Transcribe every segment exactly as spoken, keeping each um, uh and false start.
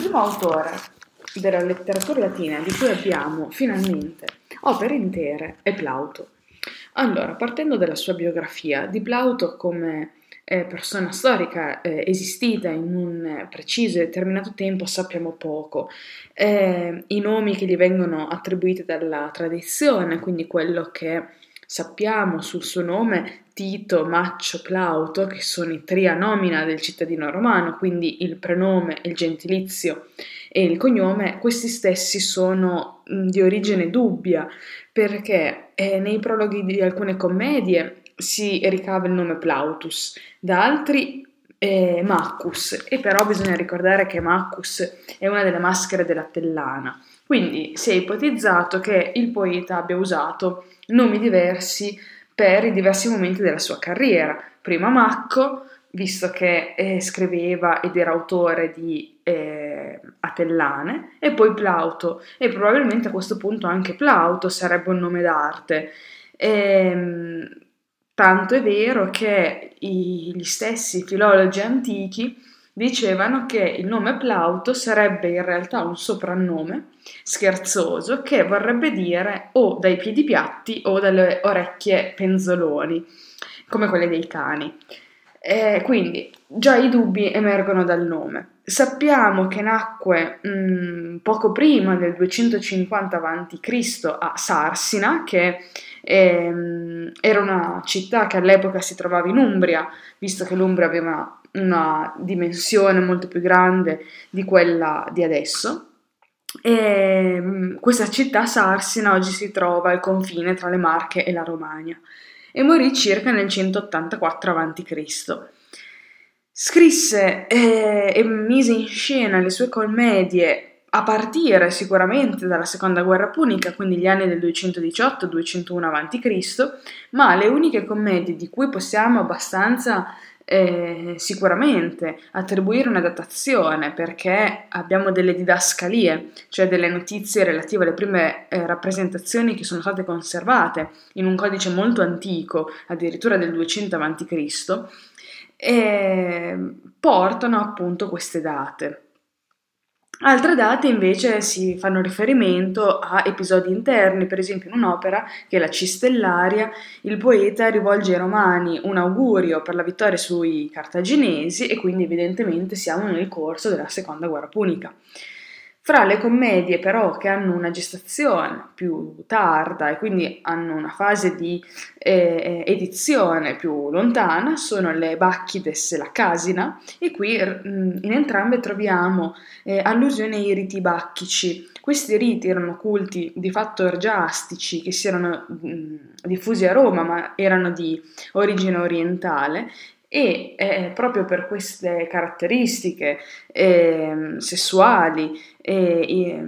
primo autore della letteratura latina di cui abbiamo finalmente opere intere è Plauto. Allora, partendo dalla sua biografia, di Plauto come eh, persona storica eh, esistita in un preciso e determinato tempo sappiamo poco. Eh, i nomi che gli vengono attribuiti dalla tradizione, quindi quello che sappiamo sul suo nome, Tito, Maccio, Plauto, che sono i trianomina del cittadino romano, quindi il prenome, il gentilizio e il cognome, questi stessi sono di origine dubbia, perché eh, nei prologhi di alcune commedie si ricava il nome Plautus, da altri eh, Maccus, e però bisogna ricordare che Maccus è una delle maschere dell'Atellana, quindi si è ipotizzato che il poeta abbia usato nomi diversi per i diversi momenti della sua carriera. Prima Macco, visto che eh, scriveva ed era autore di eh, Atellane, e poi Plauto, e probabilmente a questo punto anche Plauto sarebbe un nome d'arte. Ehm, tanto è vero che i, gli stessi filologi antichi dicevano che il nome Plauto sarebbe in realtà un soprannome scherzoso che vorrebbe dire o dai piedi piatti o dalle orecchie penzoloni, come quelle dei cani. Eh, quindi già i dubbi emergono dal nome. Sappiamo che nacque mh, poco prima del duecentocinquanta avanti Cristo a Sarsina, che ehm, era una città che all'epoca si trovava in Umbria, visto che l'Umbria aveva una dimensione molto più grande di quella di adesso. E questa città Sarsina oggi si trova al confine tra le Marche e la Romagna e morì circa nel centottantaquattro avanti Cristo. Scrisse eh, e mise in scena le sue commedie a partire sicuramente dalla seconda guerra punica, quindi gli anni del duecentodiciotto duecentouno avanti Cristo, ma le uniche commedie di cui possiamo abbastanza Eh, sicuramente attribuire una datazione, perché abbiamo delle didascalie, cioè delle notizie relative alle prime eh, rappresentazioni che sono state conservate in un codice molto antico, addirittura del duecento avanti Cristo, e portano appunto queste date. Altre date invece si fanno riferimento a episodi interni, per esempio in un'opera che è la Cistellaria, il poeta rivolge ai Romani un augurio per la vittoria sui Cartaginesi e quindi evidentemente siamo nel corso della seconda guerra punica. Fra le commedie però che hanno una gestazione più tarda e quindi hanno una fase di eh, edizione più lontana sono le Bacchides e la Casina, e qui mh, in entrambe troviamo eh, allusioni ai riti bacchici. Questi riti erano culti di fatto orgiastici che si erano mh, diffusi a Roma ma erano di origine orientale, e eh, proprio per queste caratteristiche eh, sessuali e eh,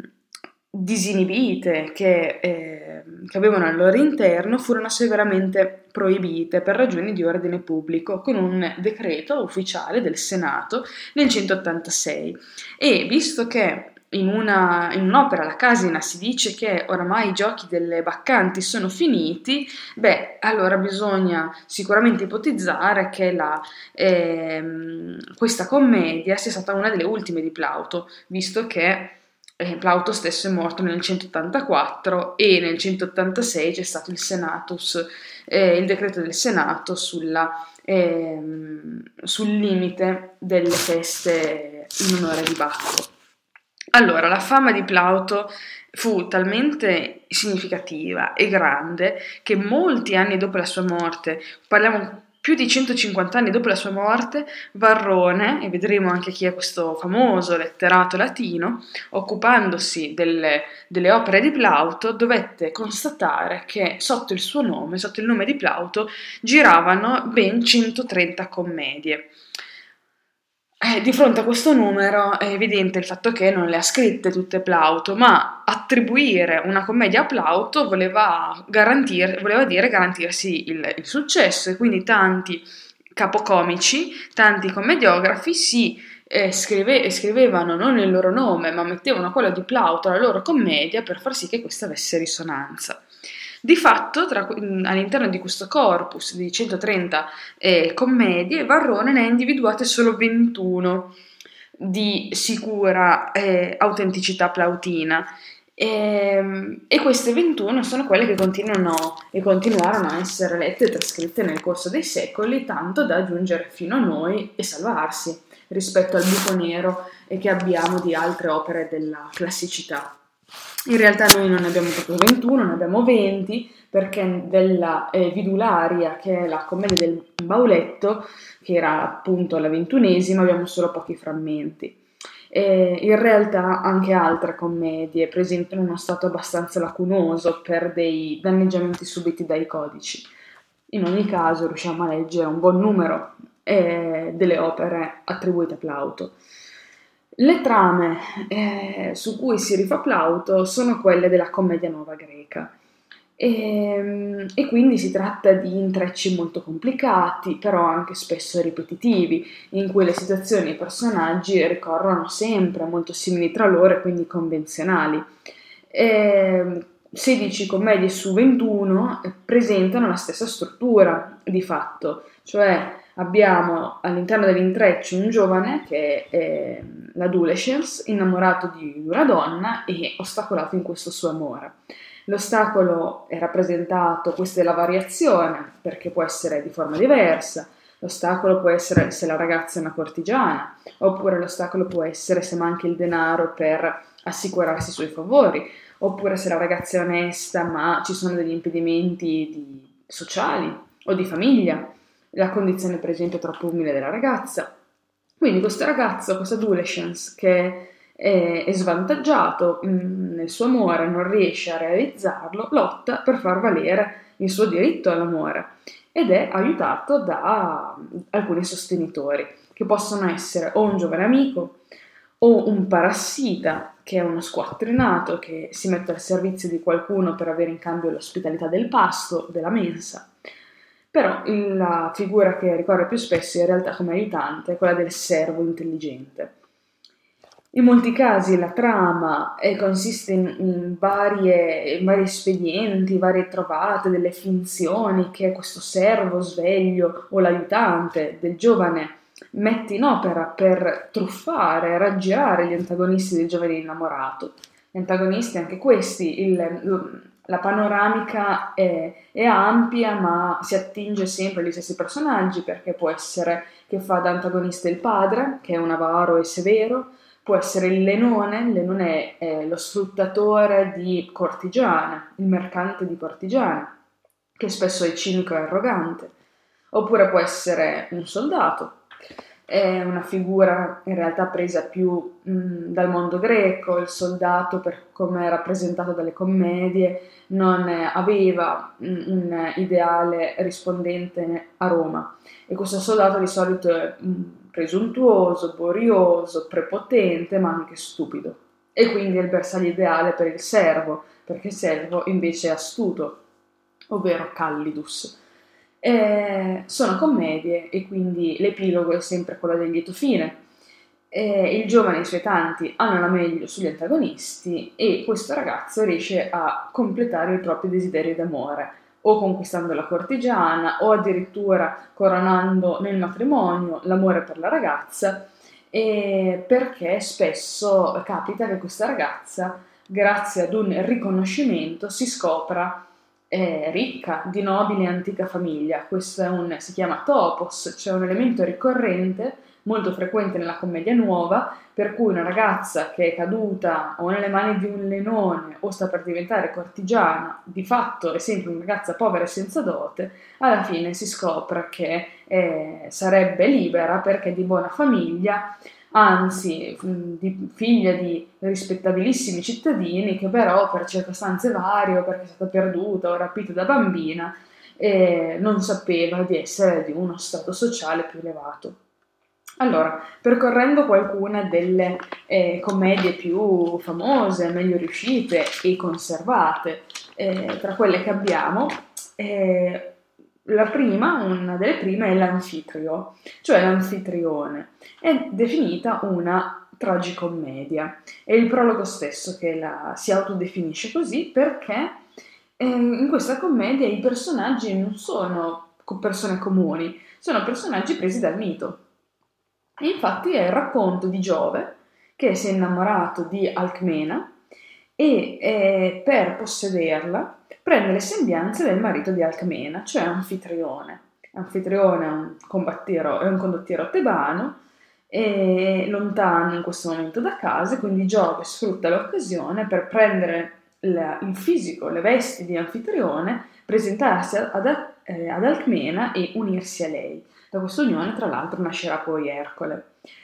disinibite che, eh, che avevano al loro interno furono severamente proibite per ragioni di ordine pubblico con un decreto ufficiale del Senato nel centottantasei. E visto che In, una, in un'opera, la Casina, si dice che oramai i giochi delle baccanti sono finiti, beh, allora bisogna sicuramente ipotizzare che la, ehm, questa commedia sia stata una delle ultime di Plauto, visto che eh, Plauto stesso è morto nel centottantaquattro e nel centottantasei c'è stato il Senatus, eh, il decreto del Senato sulla, ehm, sul limite delle feste in onore di Bacco. Allora, la fama di Plauto fu talmente significativa e grande che molti anni dopo la sua morte, parliamo più di centocinquanta anni dopo la sua morte, Varrone, e vedremo anche chi è questo famoso letterato latino, occupandosi delle, delle opere di Plauto, dovette constatare che sotto il suo nome, sotto il nome di Plauto, giravano ben centotrenta commedie. Eh, di fronte a questo numero è evidente il fatto che non le ha scritte tutte Plauto, ma attribuire una commedia a Plauto voleva, garantir, voleva dire garantirsi il, il successo, e quindi tanti capocomici, tanti commediografi si eh, scrive, scrivevano non il loro nome, ma mettevano quello di Plauto alla loro commedia per far sì che questa avesse risonanza. Di fatto, tra, all'interno di questo corpus di centotrenta eh, commedie, Varrone ne ha individuate solo ventuno, di sicura eh, autenticità plautina. E, e queste ventuno sono quelle che continuano e continuarono a essere lette e trascritte nel corso dei secoli, tanto da giungere fino a noi e salvarsi rispetto al buco nero che abbiamo di altre opere della classicità. In realtà noi non ne abbiamo proprio ventuno, ne abbiamo venti, perché della eh, Vidularia, che è la commedia del Bauletto, che era appunto la ventunesima, abbiamo solo pochi frammenti. E in realtà anche altre commedie presentano uno stato abbastanza lacunoso per dei danneggiamenti subiti dai codici. In ogni caso riusciamo a leggere un buon numero eh, delle opere attribuite a Plauto. Le trame eh, su cui si rifà Plauto sono quelle della commedia nuova greca. E, e quindi si tratta di intrecci molto complicati, però anche spesso ripetitivi, in cui le situazioni e i personaggi ricorrono sempre molto simili tra loro e quindi convenzionali. E sedici commedie su ventuno presentano la stessa struttura di fatto, cioè abbiamo all'interno dell'intreccio un giovane che è l'adolescence, innamorato di una donna e ostacolato in questo suo amore. L'ostacolo è rappresentato, questa è la variazione, perché può essere di forma diversa. L'ostacolo può essere se la ragazza è una cortigiana, oppure l'ostacolo può essere se manca il denaro per assicurarsi i suoi favori, oppure se la ragazza è onesta ma ci sono degli impedimenti di, sociali o di famiglia, la condizione per esempio troppo umile della ragazza. Quindi questo ragazzo, questo adolescence che è, è svantaggiato mh, nel suo amore, non riesce a realizzarlo, lotta per far valere il suo diritto all'amore ed è aiutato da alcuni sostenitori che possono essere o un giovane amico o un parassita che è uno squattrinato che si mette al servizio di qualcuno per avere in cambio l'ospitalità del pasto, della mensa. Però la figura che ricorre più spesso in realtà come aiutante è quella del servo intelligente. In molti casi la trama eh, consiste in, in, varie, in vari espedienti, varie trovate, delle finzioni che questo servo sveglio o l'aiutante del giovane mette in opera per truffare, raggirare gli antagonisti del giovane innamorato. Gli antagonisti, anche questi, il, la panoramica è, è ampia, ma si attinge sempre agli stessi personaggi, perché può essere che fa da antagonista il padre, che è un avaro e severo, può essere il lenone, il lenone è lo sfruttatore di cortigiane, il mercante di cortigiane, che spesso è cinico e arrogante, oppure può essere un soldato, è una figura in realtà presa più mh, dal mondo greco. Il soldato, per come è rappresentato dalle commedie, non aveva mh, un ideale rispondente a Roma, e questo soldato di solito è mh, presuntuoso, borioso, prepotente, ma anche stupido, e quindi è il bersaglio ideale per il servo, perché il servo invece è astuto, ovvero Callidus. Eh, sono commedie e quindi l'epilogo è sempre quello del lieto fine. Eh, il giovane e i suoi tanti hanno la meglio sugli antagonisti e questo ragazzo riesce a completare i propri desideri d'amore, o conquistando la cortigiana o addirittura coronando nel matrimonio l'amore per la ragazza, eh, perché spesso capita che questa ragazza, grazie ad un riconoscimento, si scopra è ricca, di nobile e antica famiglia. Questo è un, si chiama topos, cioè un elemento ricorrente, molto frequente nella commedia nuova, per cui una ragazza che è caduta o nelle mani di un lenone o sta per diventare cortigiana, di fatto è sempre una ragazza povera e senza dote, alla fine si scopre che eh, sarebbe libera perché è di buona famiglia, anzi di, figlia di rispettabilissimi cittadini, che però per circostanze varie, o perché è stata perduta o rapita da bambina, eh, non sapeva di essere di uno stato sociale più elevato. Allora, percorrendo qualcuna delle eh, commedie più famose, meglio riuscite e conservate, eh, tra quelle che abbiamo, eh, la prima, una delle prime, è l'Anfitrio, cioè l'anfitrione. È definita una tragicommedia. È il prologo stesso che la, si autodefinisce così, perché eh, in questa commedia i personaggi non sono persone comuni, sono personaggi presi dal mito. E infatti è il racconto di Giove che si è innamorato di Alcmena e eh, per possederla prende le sembianze del marito di Alcmena, cioè Anfitrione. Anfitrione è un combattiero, è un condottiero tebano, è lontano in questo momento da casa, quindi Giove sfrutta l'occasione per prendere la- il fisico, le vesti di Anfitrione, presentarsi ad, eh, ad Alcmena e unirsi a lei. Da questa unione, tra l'altro, nascerà poi Ercole.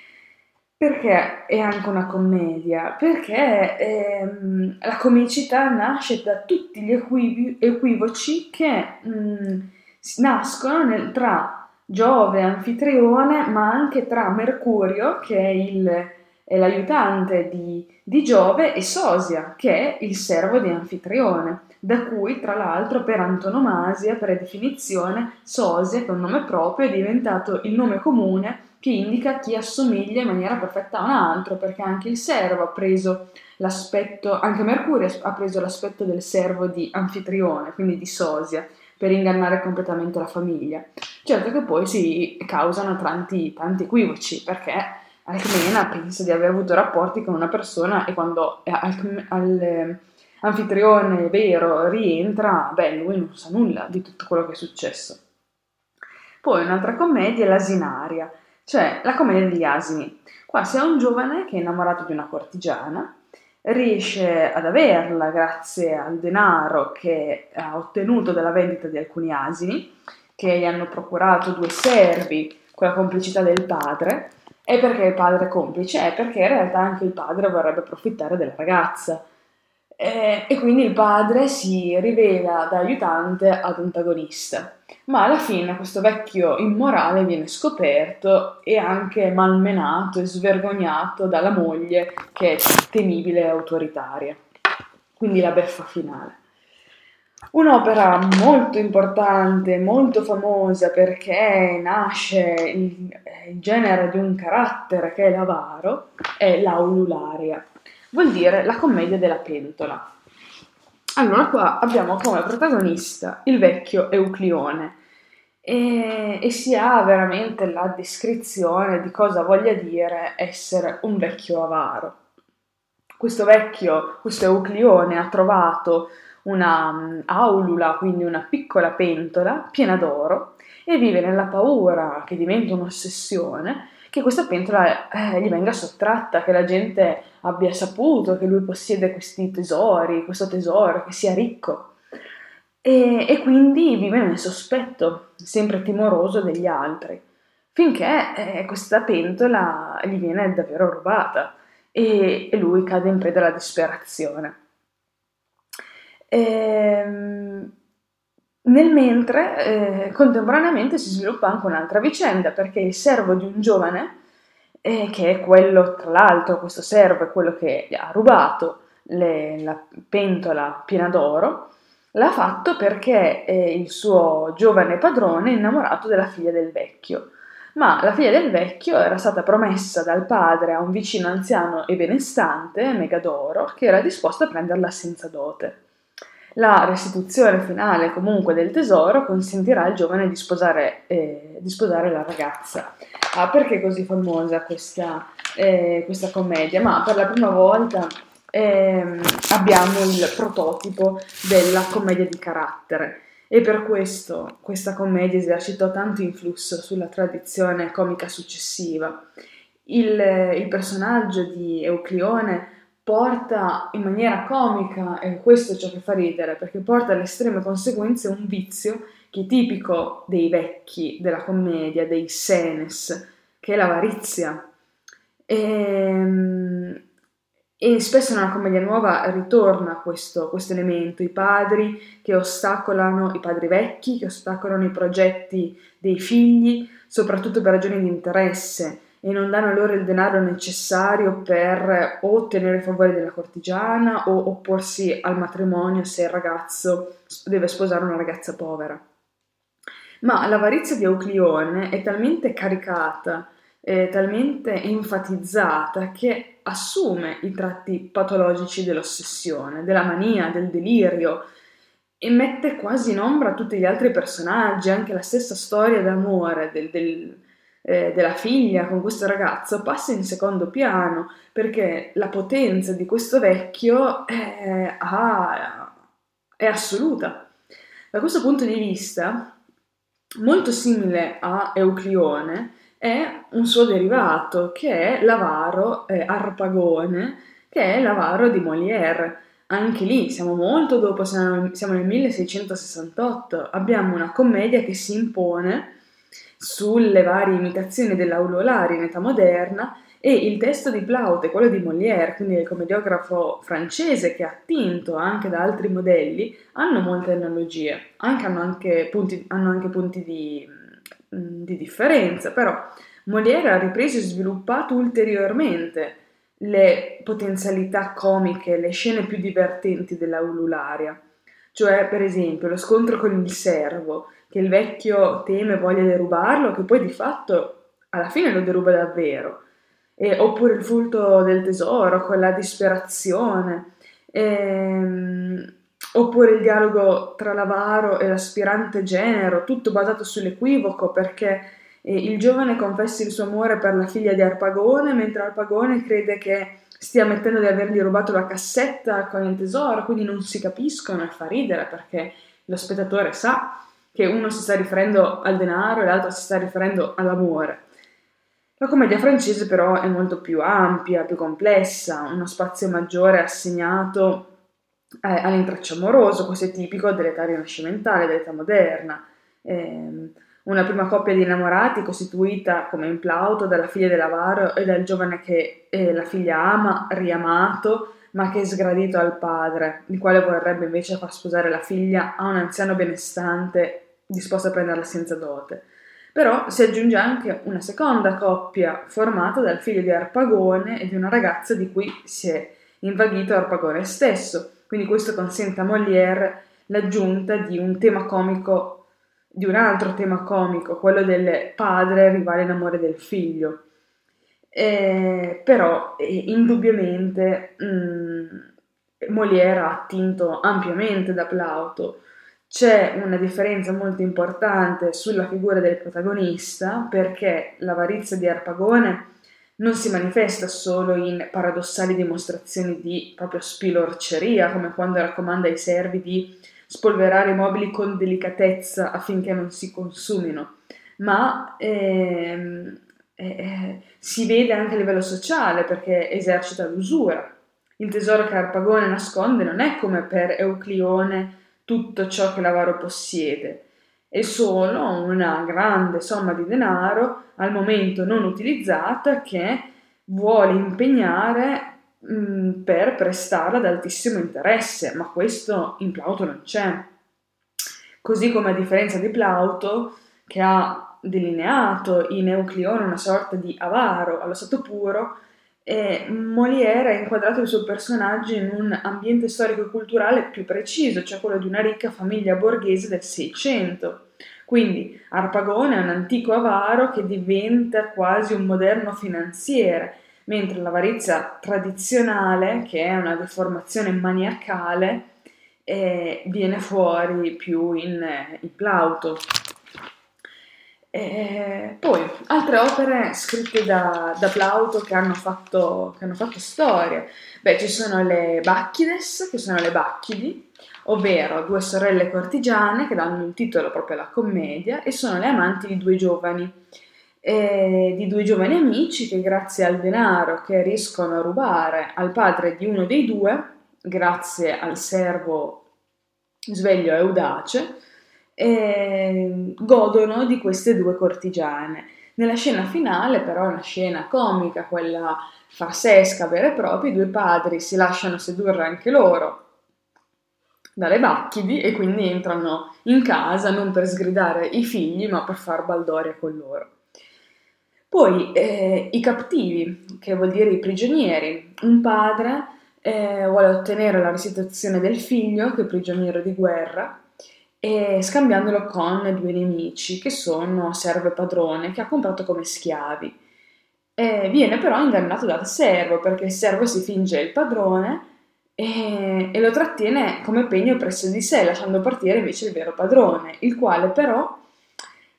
Perché è anche una commedia? Perché ehm, la comicità nasce da tutti gli equivi- equivoci che mh, s- nascono nel- tra Giove, Anfitrione, ma anche tra Mercurio, che è, il- è l'aiutante di, di Giove, e Sosia, che è il servo di Anfitrione, da cui, tra l'altro, per antonomasia, per definizione, Sosia, che è un nome proprio, è diventato il nome comune che indica chi assomiglia in maniera perfetta a un altro, perché anche il servo ha preso l'aspetto, anche Mercurio ha preso l'aspetto del servo di Anfitrione, quindi di Sosia, per ingannare completamente la famiglia. Certo che poi si causano tanti, tanti equivoci, perché Alcmena pensa di aver avuto rapporti con una persona e quando al, al Anfitrione vero rientra, beh, lui non sa nulla di tutto quello che è successo. Poi un'altra commedia è l'Asinaria, cioè la commedia degli asini. Qua si ha un giovane che è innamorato di una cortigiana, riesce ad averla grazie al denaro che ha ottenuto dalla vendita di alcuni asini, che gli hanno procurato due servi con la complicità del padre. E perché il padre è complice? È perché in realtà anche il padre vorrebbe approfittare della ragazza. Eh, e quindi il padre si rivela da aiutante ad antagonista. Ma alla fine questo vecchio immorale viene scoperto e anche malmenato e svergognato dalla moglie che è temibile e autoritaria. Quindi la beffa finale. Un'opera molto importante, molto famosa perché nasce il, il genere di un carattere che è l'avaro, è l'Aulularia, vuol dire la commedia della pentola. Allora qua abbiamo come protagonista il vecchio Euclione e, e si ha veramente la descrizione di cosa voglia dire essere un vecchio avaro. Questo vecchio, questo Euclione ha trovato una um, aulula, quindi una piccola pentola piena d'oro e vive nella paura che diventa un'ossessione che questa pentola eh, gli venga sottratta, che la gente abbia saputo che lui possiede questi tesori, questo tesoro, che sia ricco. E, e quindi vive nel sospetto, sempre timoroso degli altri, finché eh, questa pentola gli viene davvero rubata e, e lui cade in preda alla disperazione. Ehm, nel mentre, eh, contemporaneamente si sviluppa anche un'altra vicenda, perché il servo di un giovane, eh, che è quello, tra l'altro, questo servo è quello che ha rubato le- la pentola piena d'oro, l'ha fatto perché eh, il suo giovane padrone è innamorato della figlia del vecchio. Ma la figlia del vecchio era stata promessa dal padre a un vicino anziano e benestante, Megadoro, che era disposto a prenderla senza dote. La restituzione finale comunque del tesoro consentirà al giovane di sposare, eh, di sposare la ragazza. Ah, perché è così famosa questa, eh, questa commedia? Ma per la prima volta ehm, abbiamo il prototipo della commedia di carattere e per questo questa commedia esercitò tanto influsso sulla tradizione comica successiva. Il, il personaggio di Euclione porta in maniera comica, e questo è ciò che fa ridere, perché porta alle estreme conseguenze un vizio che è tipico dei vecchi della commedia, dei senes, che è l'avarizia. E, e spesso nella commedia nuova ritorna questo, questo elemento, i padri che ostacolano, i padri vecchi che ostacolano i progetti dei figli, soprattutto per ragioni di interesse, e non danno loro il denaro necessario per o ottenere i favori della cortigiana o opporsi al matrimonio se il ragazzo deve sposare una ragazza povera. Ma l'avarizia di Euclione è talmente caricata, è talmente enfatizzata che assume i tratti patologici dell'ossessione, della mania, del delirio e mette quasi in ombra tutti gli altri personaggi, anche la stessa storia d'amore del, del eh, della figlia con questo ragazzo passa in secondo piano perché la potenza di questo vecchio è, ha- è assoluta. Da questo punto di vista, molto simile a Euclione, è un suo derivato che è l'avaro eh, Arpagone, che è l'avaro di Molière. Anche lì siamo molto dopo, siamo, siamo nel milleseicentosessantotto, abbiamo una commedia che si impone sulle varie imitazioni dell'aulolare in età moderna e il testo di Plaute, quello di Molière, quindi il commediografo francese che ha attinto anche da altri modelli, hanno molte analogie, anche, hanno, anche punti, hanno anche punti di, di differenza, però Molière ha ripreso e sviluppato ulteriormente le potenzialità comiche, le scene più divertenti dell'aulularia. Cioè, per esempio, lo scontro con il servo, che il vecchio teme voglia derubarlo, che poi di fatto alla fine lo deruba davvero. E- oppure il furto del tesoro con la disperazione. Ehm, oppure il dialogo tra l'avaro e l'aspirante genero, tutto basato sull'equivoco, perché eh, il giovane confessa il suo amore per la figlia di Arpagone, mentre Arpagone crede che stia ammettendo di avergli rubato la cassetta con il tesoro, quindi non si capiscono e fa ridere perché lo spettatore sa che uno si sta riferendo al denaro e l'altro si sta riferendo all'amore. La commedia francese però è molto più ampia, più complessa, uno spazio maggiore è assegnato eh, all'intreccio amoroso, questo è tipico dell'età rinascimentale, dell'età moderna. Ehm, una prima coppia di innamorati costituita come in Plauto dalla figlia dell'avaro e dal giovane che eh, la figlia ama, riamato, ma che è sgradito al padre, il quale vorrebbe invece far sposare la figlia a un anziano benestante disposto a prenderla senza dote. Però si aggiunge anche una seconda coppia formata dal figlio di Arpagone e di una ragazza di cui si è invaghito Arpagone stesso, quindi questo consente a Molière l'aggiunta di un tema comico, di un altro tema comico, quello del padre rivale in amore del figlio. Eh, però eh, indubbiamente mh, Molière ha attinto ampiamente da Plauto. C'è una differenza molto importante sulla figura del protagonista perché l'avarizia di Arpagone non si manifesta solo in paradossali dimostrazioni di proprio spilorceria, come quando raccomanda ai servi di spolverare i mobili con delicatezza affinché non si consumino, ma ehm, eh, si vede anche a livello sociale perché esercita l'usura. Il tesoro che Arpagone nasconde non è come per Euclione tutto ciò che l'avaro possiede, è solo una grande somma di denaro al momento non utilizzata che vuole impegnare mh, per prestarla ad altissimo interesse, ma questo in Plauto non c'è. Così come a differenza di Plauto, che ha delineato in Euclione una sorta di avaro allo stato puro, e Molière ha inquadrato il suo personaggio in un ambiente storico e culturale più preciso, cioè quello di una ricca famiglia borghese del Seicento. Quindi Arpagone è un antico avaro che diventa quasi un moderno finanziere, mentre l'avarizia tradizionale, che è una deformazione maniacale, eh, viene fuori più in, in Plauto. E poi altre opere scritte da, da Plauto che hanno, fatto, che hanno fatto storia. Beh, ci sono le Bacchides, che sono le Bacchidi, ovvero due sorelle cortigiane che danno il titolo proprio alla commedia e sono le amanti di due giovani, eh, di due giovani amici che grazie al denaro che riescono a rubare al padre di uno dei due, grazie al servo sveglio e audace, eh, godono di queste due cortigiane. Nella scena finale, però, è una scena comica, quella farsesca vera e propria, i due padri si lasciano sedurre anche loro dalle Bacchidi e quindi entrano in casa non per sgridare i figli, ma per far baldoria con loro. Poi eh, i cattivi, che vuol dire i prigionieri. Un padre eh, vuole ottenere la restituzione del figlio, che è prigioniero di guerra, e scambiandolo con due nemici, che sono servo e padrone, che ha comprato come schiavi. E viene però ingannato dal servo, perché il servo si finge il padrone e, e lo trattiene come pegno presso di sé, lasciando partire invece il vero padrone, il quale però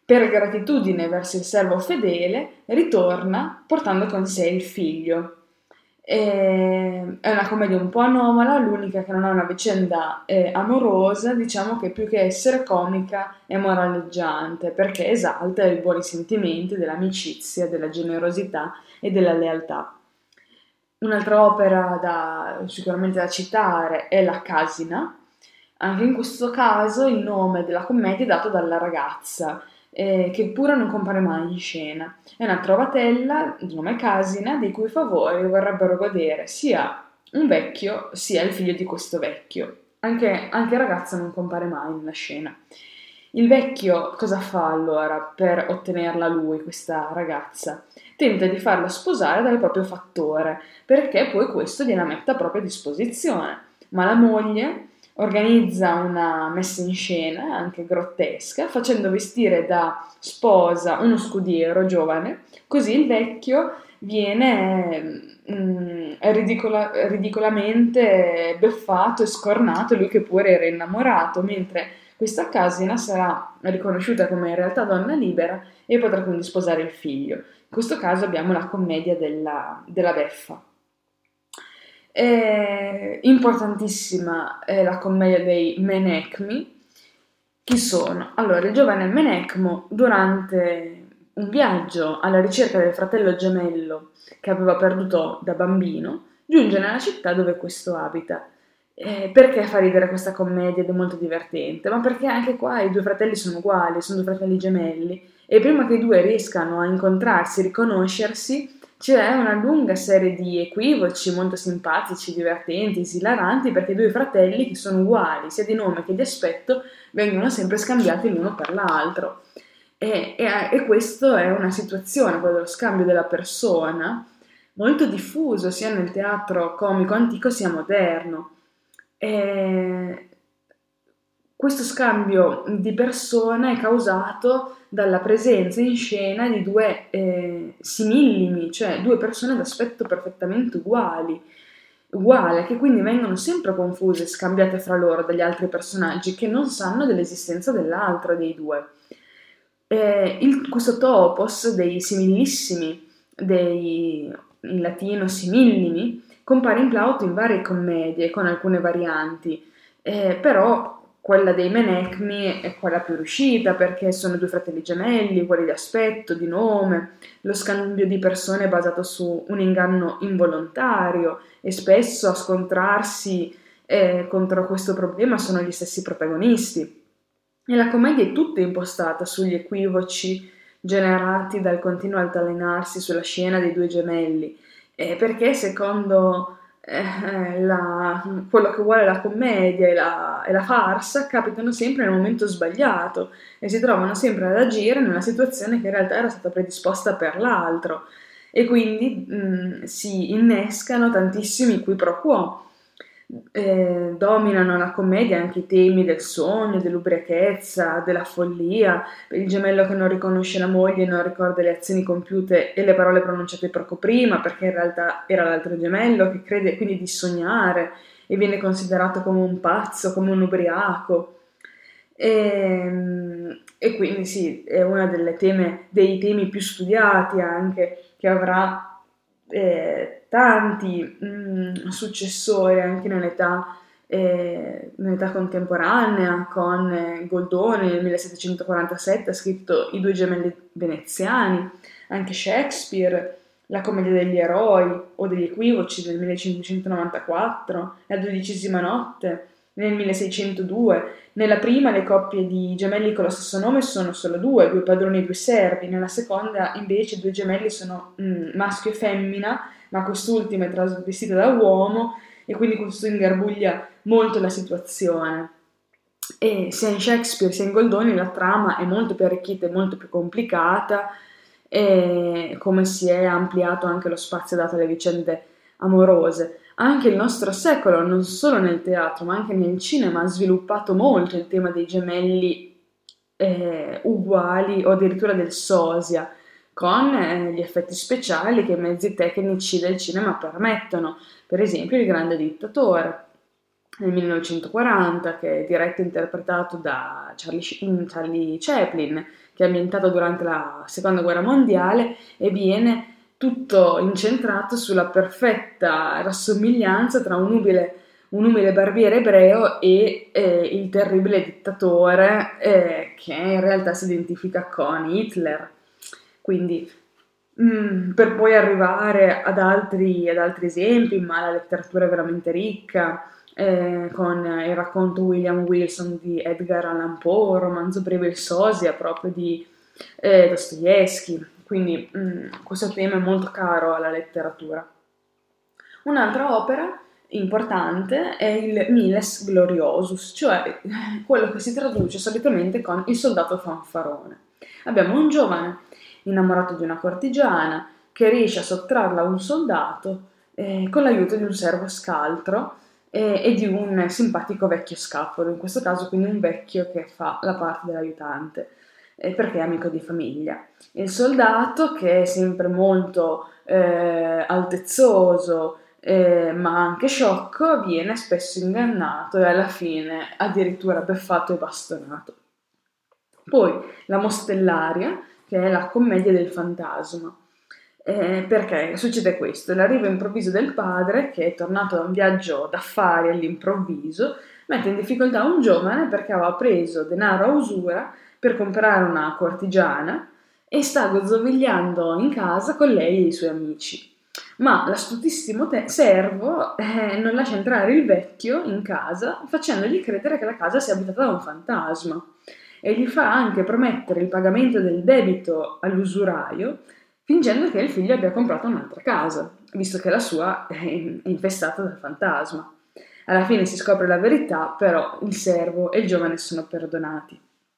Per gratitudine verso il servo fedele, ritorna portando con sé il figlio. E- È una commedia un po' anomala, l'unica che non ha una vicenda eh, amorosa, diciamo che più che essere comica è moraleggiante, perché esalta i buoni sentimenti dell'amicizia, della generosità e della lealtà. Un'altra opera da, sicuramente da citare è La Casina. Anche in questo caso il nome della commedia è dato dalla ragazza, eh, che pure non compare mai in scena. È una trovatella di nome Casina, dei cui favori vorrebbero godere sia un vecchio sia il figlio di questo vecchio. Anche, anche il ragazzo non compare mai nella scena. Il vecchio cosa fa allora per ottenerla lui, questa ragazza? Tenta di farla sposare dal proprio fattore, perché poi questo gliela mette a propria disposizione. Ma la moglie organizza una messa in scena, anche grottesca, facendo vestire da sposa uno scudiero giovane, così il vecchio viene mm, ridicola- ridicolamente beffato e scornato, lui che pure era innamorato, mentre questa Casina sarà riconosciuta come in realtà donna libera e potrà quindi sposare il figlio. In questo caso abbiamo la commedia della, della beffa. È importantissima è la commedia dei Menechmi. Chi sono? Allora, il giovane Menechmo, durante un viaggio alla ricerca del fratello gemello che aveva perduto da bambino, giunge nella città dove questo abita. Eh, perché fa ridere questa commedia ed è molto divertente? Ma perché anche qua i due fratelli sono uguali, sono due fratelli gemelli e prima che i due riescano a incontrarsi, riconoscersi, c'è una lunga serie di equivoci molto simpatici, divertenti, esilaranti, perché i due fratelli, che sono uguali sia di nome che di aspetto, vengono sempre scambiati l'uno per l'altro. E, e, e questo è una situazione, quella dello scambio della persona, molto diffuso sia nel teatro comico antico sia moderno. E questo scambio di persone è causato dalla presenza in scena di due eh, simillimi, cioè due persone d'aspetto perfettamente uguali, uguale, che quindi vengono sempre confuse e scambiate fra loro dagli altri personaggi che non sanno dell'esistenza dell'altro dei due. Eh, il, questo topos dei simillissimi, dei, in latino simillimi, compare in Plauto in varie commedie con alcune varianti, eh, però quella dei Menechmi è quella più riuscita perché sono due fratelli gemelli, uguali di aspetto, di nome, lo scambio di persone è basato su un inganno involontario e spesso a scontrarsi eh, contro questo problema sono gli stessi protagonisti. E la commedia è tutta impostata sugli equivoci generati dal continuo altalenarsi sulla scena dei due gemelli, eh, perché secondo eh, la- quello che vuole la commedia e la, e la farsa capitano sempre nel momento sbagliato e si trovano sempre ad agire nella situazione che in realtà era stata predisposta per l'altro e quindi mh, si innescano tantissimi qui pro quo. Eh, dominano la commedia anche i temi del sogno, dell'ubriachezza, della follia, il gemello che non riconosce la moglie, non ricorda le azioni compiute e le parole pronunciate poco prima, perché in realtà era l'altro gemello che crede quindi di sognare e viene considerato come un pazzo, come un ubriaco. E, e quindi sì, è uno dei temi più studiati anche, che avrà eh, tanti mh, successori anche nell'età, eh, nell'età contemporanea, con eh, Goldoni nel millesettecentoquarantasette ha scritto I due gemelli veneziani, anche Shakespeare, La commedia degli eroi o degli equivoci nel millecinquecentonovantaquattro, La dodicesima notte nel milleseicentodue. Nella prima le coppie di gemelli con lo stesso nome sono solo due, due padroni e due servi, nella seconda invece due gemelli sono mm, maschio e femmina, ma quest'ultimo è travestito da uomo e quindi questo ingarbuglia molto la situazione. E sia in Shakespeare sia in Goldoni la trama è molto più arricchita e molto più complicata, e come si è ampliato anche lo spazio dato alle vicende amorose. Anche il nostro secolo, non solo nel teatro, ma anche nel cinema, ha sviluppato molto il tema dei gemelli eh, uguali o addirittura del sosia, con eh, gli effetti speciali che i mezzi tecnici del cinema permettono, per esempio Il Grande Dittatore nel millenovecentoquaranta, che è diretto e interpretato da Charlie, Charlie Chaplin, che è ambientato durante la Seconda Guerra Mondiale e viene tutto incentrato sulla perfetta rassomiglianza tra un umile, un umile barbiere ebreo e eh, il terribile dittatore eh, che in realtà si identifica con Hitler. Quindi, mh, per poi arrivare ad altri, ad altri esempi, ma la letteratura è veramente ricca, eh, con il racconto William Wilson di Edgar Allan Poe, romanzo breve Il sosia proprio di eh, Dostoevsky. Quindi mh, questo tema è molto caro alla letteratura. Un'altra opera importante è il Miles Gloriosus, cioè quello che si traduce solitamente con il soldato fanfarone. Abbiamo un giovane innamorato di una cortigiana che riesce a sottrarla a un soldato eh, con l'aiuto di un servo scaltro eh, e di un simpatico vecchio scapolo, in questo caso quindi un vecchio che fa la parte dell'aiutante eh, perché è amico di famiglia. Il soldato, che è sempre molto eh, altezzoso eh, ma anche sciocco, viene spesso ingannato e alla fine addirittura beffato e bastonato. Poi la Mostellaria, che è la commedia del fantasma. Eh, perché succede questo? L'arrivo improvviso del padre, che è tornato da un viaggio d'affari all'improvviso, mette in difficoltà un giovane perché aveva preso denaro a usura per comprare una cortigiana e sta gozzovigliando in casa con lei e i suoi amici. Ma l'astutissimo te- servo eh, non lascia entrare il vecchio in casa, facendogli credere che la casa sia abitata da un fantasma e gli fa anche promettere il pagamento del debito all'usuraio, fingendo che il figlio abbia comprato un'altra casa, visto che la sua è infestata dal fantasma. Alla fine si scopre la verità, però il servo e il giovane sono perdonati.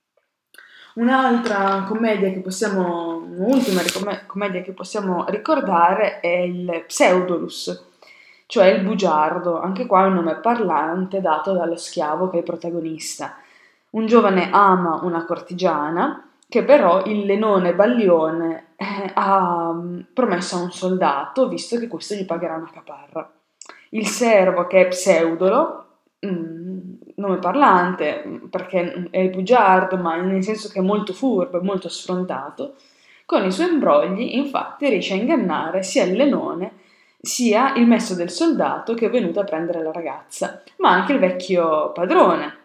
Un'altra commedia che possiamo, un'ultima commedia che possiamo ricordare è il Pseudolus, cioè il bugiardo. Anche qua è un nome parlante dato dallo schiavo che è il protagonista. Un giovane ama una cortigiana che però il lenone Ballione eh, ha promesso a un soldato, visto che questo gli pagherà una caparra. Il servo, che è Pseudolo, mh, nome parlante, perché è il bugiardo, ma nel senso che è molto furbo e molto sfrontato, con i suoi imbrogli infatti riesce a ingannare sia il lenone sia il messo del soldato che è venuto a prendere la ragazza, ma anche il vecchio padrone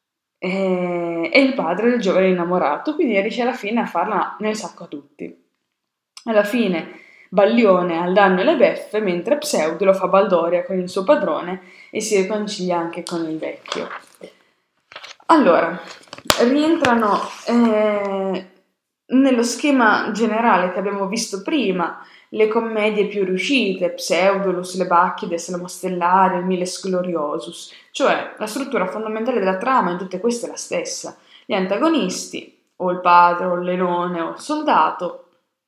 e, e il padre del giovane innamorato, quindi riesce alla fine a farla nel sacco a tutti. Alla fine Ballione ha il danno e le beffe, mentre Pseudo fa baldoria con il suo padrone e si riconcilia anche con il vecchio. Allora, rientrano eh, nello schema generale che abbiamo visto prima le commedie più riuscite, Pseudolus, le Bacchides, la Mostellaria, il Miles Gloriosus, cioè la struttura fondamentale della trama in tutte queste è la stessa. Gli antagonisti, o il padre, o il lenone, o il soldato,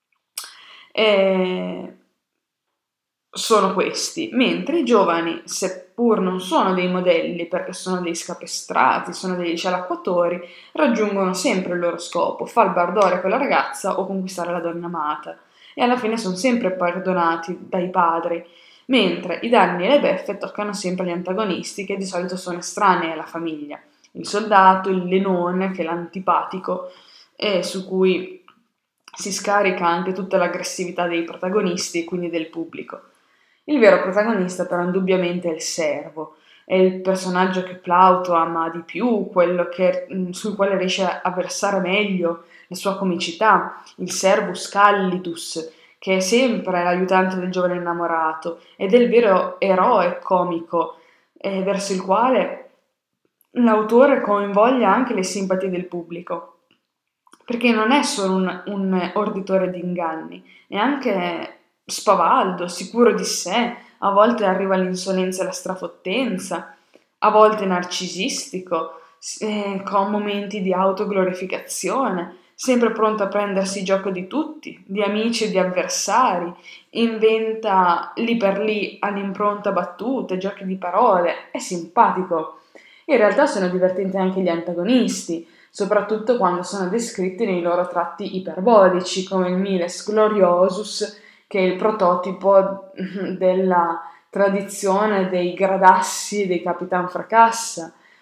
eh, sono questi, mentre i giovani, seppur non sono dei modelli perché sono dei scapestrati, sono dei scialacquatori, raggiungono sempre il loro scopo, far baldoria con la ragazza o conquistare la donna amata, e alla fine sono sempre perdonati dai padri, mentre i danni e le beffe toccano sempre agli antagonisti, che di solito sono estranei alla famiglia, il soldato, il lenone, che è l'antipatico, e su cui si scarica anche tutta l'aggressività dei protagonisti e quindi del pubblico. Il vero protagonista però indubbiamente è il servo, è il personaggio che Plauto ama di più, quello che, sul quale riesce a versare meglio la sua comicità, il servus callidus, che è sempre l'aiutante del giovane innamorato ed è il vero eroe comico eh, verso il quale l'autore coinvolge anche le simpatie del pubblico, perché non è solo un, un orditore di inganni, è anche spavaldo, sicuro di sé, a volte arriva all'insolenza e alla strafottenza, a volte narcisistico, eh, con momenti di autoglorificazione, sempre pronto a prendersi gioco di tutti, di amici e di avversari, inventa lì per lì all'impronta battute, giochi di parole, è simpatico. In realtà sono divertenti anche gli antagonisti, soprattutto quando sono descritti nei loro tratti iperbolici, come il Miles Gloriosus, che è il prototipo della tradizione dei Gradassi dei Capitan Fracassa,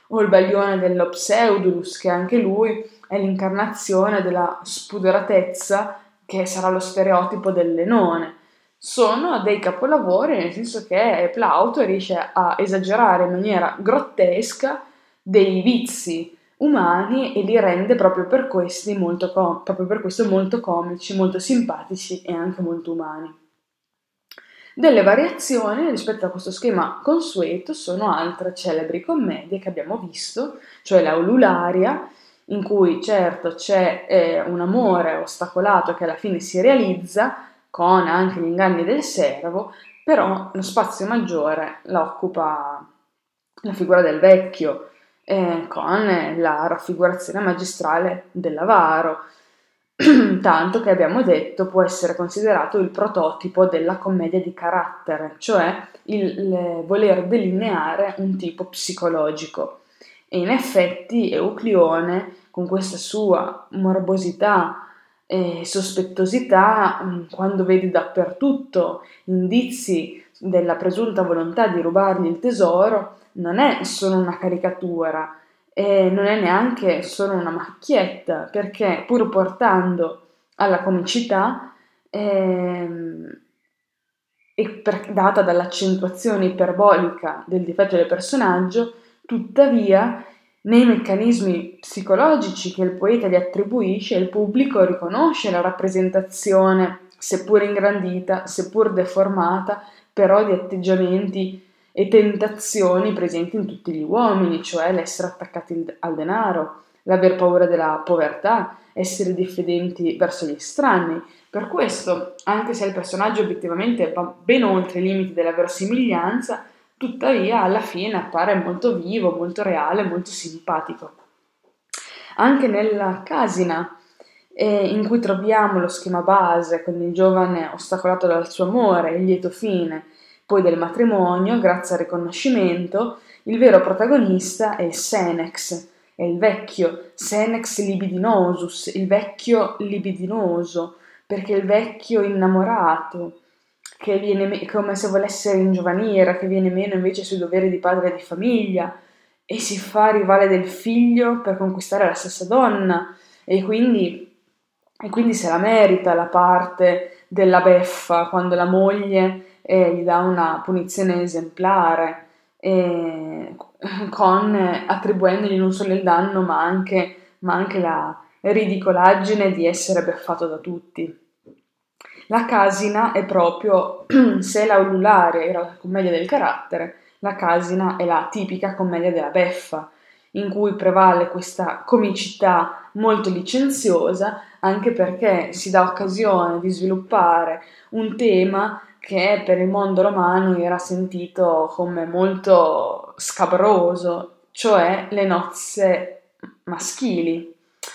o il baglione dello Pseudolus, che anche lui è l'incarnazione della spudoratezza, che sarà lo stereotipo del lenone. Sono dei capolavori, nel senso che Plauto riesce a esagerare in maniera grottesca dei vizi umani e li rende proprio per questi molto com- proprio per questo molto comici, molto simpatici e anche molto umani. Delle variazioni rispetto a questo schema consueto sono altre celebri commedie che abbiamo visto, cioè la Ulularia, in cui certo c'è eh, un amore ostacolato che alla fine si realizza, con anche gli inganni del servo, però lo spazio maggiore la occupa la figura del vecchio, eh, con la raffigurazione magistrale dell'avaro, tanto che abbiamo detto può essere considerato il prototipo della commedia di carattere, cioè il, il voler delineare un tipo psicologico. E in effetti Euclione, con questa sua morbosità e sospettosità, quando vedi dappertutto indizi della presunta volontà di rubargli il tesoro, non è solo una caricatura, e non è neanche solo una macchietta, perché pur portando alla comicità, ehm, e per, data dall'accentuazione iperbolica del difetto del personaggio, tuttavia nei meccanismi psicologici che il poeta gli attribuisce, il pubblico riconosce la rappresentazione, seppur ingrandita, seppur deformata, però di atteggiamenti e tentazioni presenti in tutti gli uomini, cioè l'essere attaccati al denaro, l'aver paura della povertà, essere diffidenti verso gli estranei. Per questo, anche se il personaggio obiettivamente va ben oltre i limiti della verosimiglianza, tuttavia alla fine appare molto vivo, molto reale, molto simpatico. Anche nella Casina, eh, in cui troviamo lo schema base con il giovane ostacolato dal suo amore e il lieto fine, poi del matrimonio, grazie al riconoscimento, il vero protagonista è Senex, è il vecchio, Senex libidinosus, il vecchio libidinoso, perché il vecchio innamorato, che viene me- come se volesse ringiovanire, che viene meno invece sui doveri di padre e di famiglia, e si fa rivale del figlio per conquistare la stessa donna, e quindi, e quindi se la merita la parte della beffa quando la moglie eh, gli dà una punizione esemplare, eh, con, attribuendogli non solo il danno ma anche, ma anche la ridicolaggine di essere beffato da tutti. La Casina è proprio, se la Ulularia era la commedia del carattere, la Casina è la tipica commedia della beffa, in cui prevale questa comicità molto licenziosa, anche perché si dà occasione di sviluppare un tema che per il mondo romano era sentito come molto scabroso, cioè le nozze maschili.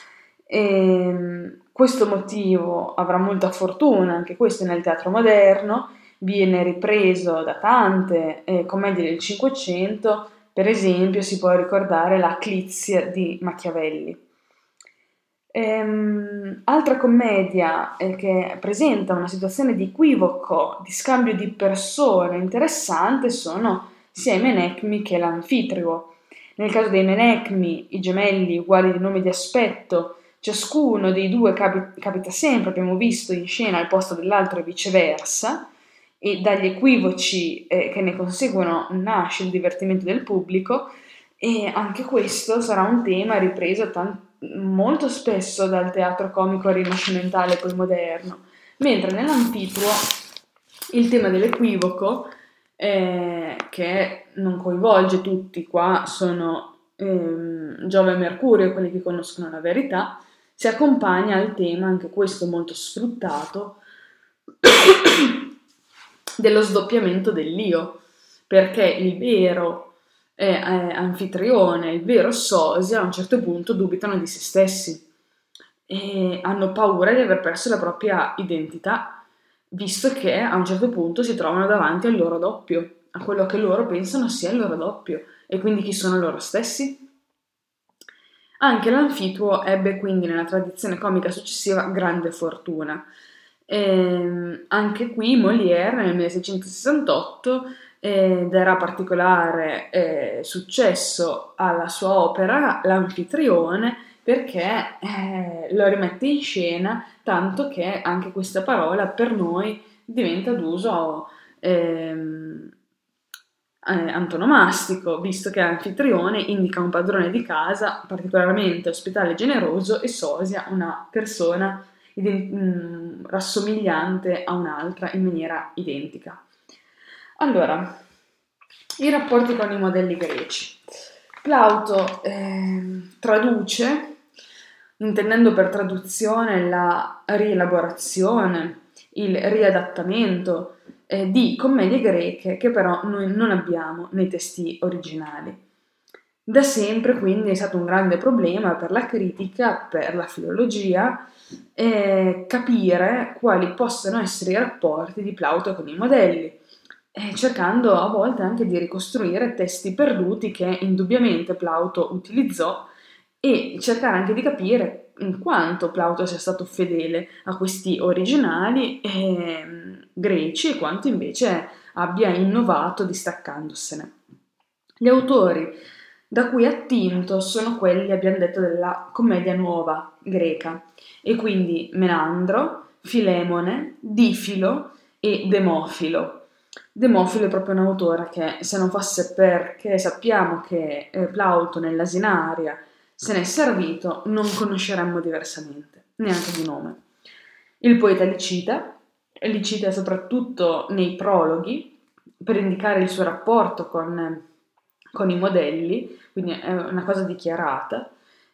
E questo motivo avrà molta fortuna, anche questo nel teatro moderno, viene ripreso da tante eh, commedie del Cinquecento, per esempio si può ricordare la Clizia di Machiavelli. Ehm, altra commedia eh, che presenta una situazione di equivoco, di scambio di persone interessante sono sia i Menecmi che l'Anfitrio. Nel caso dei Menecmi, i gemelli uguali di nome e di aspetto, ciascuno dei due capi- capita sempre, abbiamo visto, in scena al posto dell'altro e viceversa, e dagli equivoci eh, che ne conseguono nasce il divertimento del pubblico, e anche questo sarà un tema ripreso tan- molto spesso dal teatro comico rinascimentale poi moderno, mentre nell'Anfitruo il tema dell'equivoco, eh, che non coinvolge tutti, qua sono ehm, Giove e Mercurio quelli che conoscono la verità, si accompagna al tema, anche questo molto sfruttato, dello sdoppiamento dell'io, perché il vero eh, eh, anfitrione, il vero sosia, a un certo punto dubitano di se stessi e hanno paura di aver perso la propria identità, visto che a un certo punto si trovano davanti al loro doppio, a quello che loro pensano sia il loro doppio, e quindi chi sono loro stessi? Anche l'Anfituo ebbe quindi nella tradizione comica successiva grande fortuna. Ehm, anche qui Molière nel milleseicentosessantotto e darà particolare eh, successo alla sua opera L'Anfitrione, perché eh, lo rimette in scena, tanto che anche questa parola per noi diventa d'uso ehm, eh, antonomastico, visto che anfitrione indica un padrone di casa particolarmente ospitale e generoso, e sosia una persona ident- mh, rassomigliante a un'altra in maniera identica. Allora, i rapporti con i modelli greci. Plauto eh, traduce, intendendo per traduzione la rielaborazione, il riadattamento eh, di commedie greche che però noi non abbiamo nei testi originali. Da sempre quindi è stato un grande problema per la critica, per la filologia, eh, capire quali possano essere i rapporti di Plauto con i modelli, eh, cercando a volte anche di ricostruire testi perduti che indubbiamente Plauto utilizzò, e cercare anche di capire in quanto Plauto sia stato fedele a questi originali eh, greci e quanto invece abbia innovato distaccandosene. Gli autori da cui è attinto sono quelli, abbiamo detto, della commedia nuova greca, e quindi Menandro, Filemone, Difilo e Demofilo. Demofilo è proprio un autore che, se non fosse perché sappiamo che eh, Plauto nell'Asinaria se n'è servito, non conosceremmo diversamente, neanche di nome. Il poeta li cita, li cita soprattutto nei prologhi, per indicare il suo rapporto con, con i modelli, quindi è una cosa dichiarata.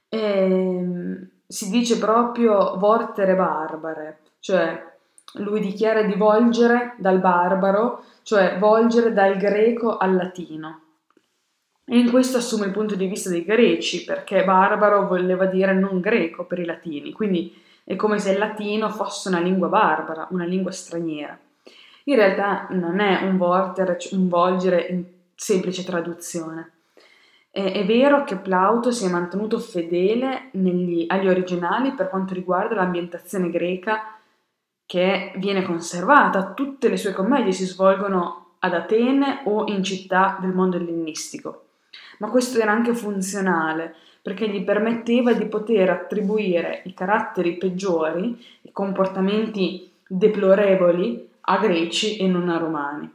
E si dice proprio vortere barbare, cioè lui dichiara di volgere dal barbaro, cioè volgere dal greco al latino. E in questo assume il punto di vista dei greci, perché barbaro voleva dire non greco per i latini, quindi è come se il latino fosse una lingua barbara, una lingua straniera. In realtà non è un vortere, un volgere in semplice traduzione. È, è vero che Plauto si è mantenuto fedele negli, agli originali per quanto riguarda l'ambientazione greca, che viene conservata. Tutte le sue commedie si svolgono ad Atene o in città del mondo ellenistico. Ma questo era anche funzionale, perché gli permetteva di poter attribuire i caratteri peggiori, i comportamenti deplorevoli a greci e non a romani.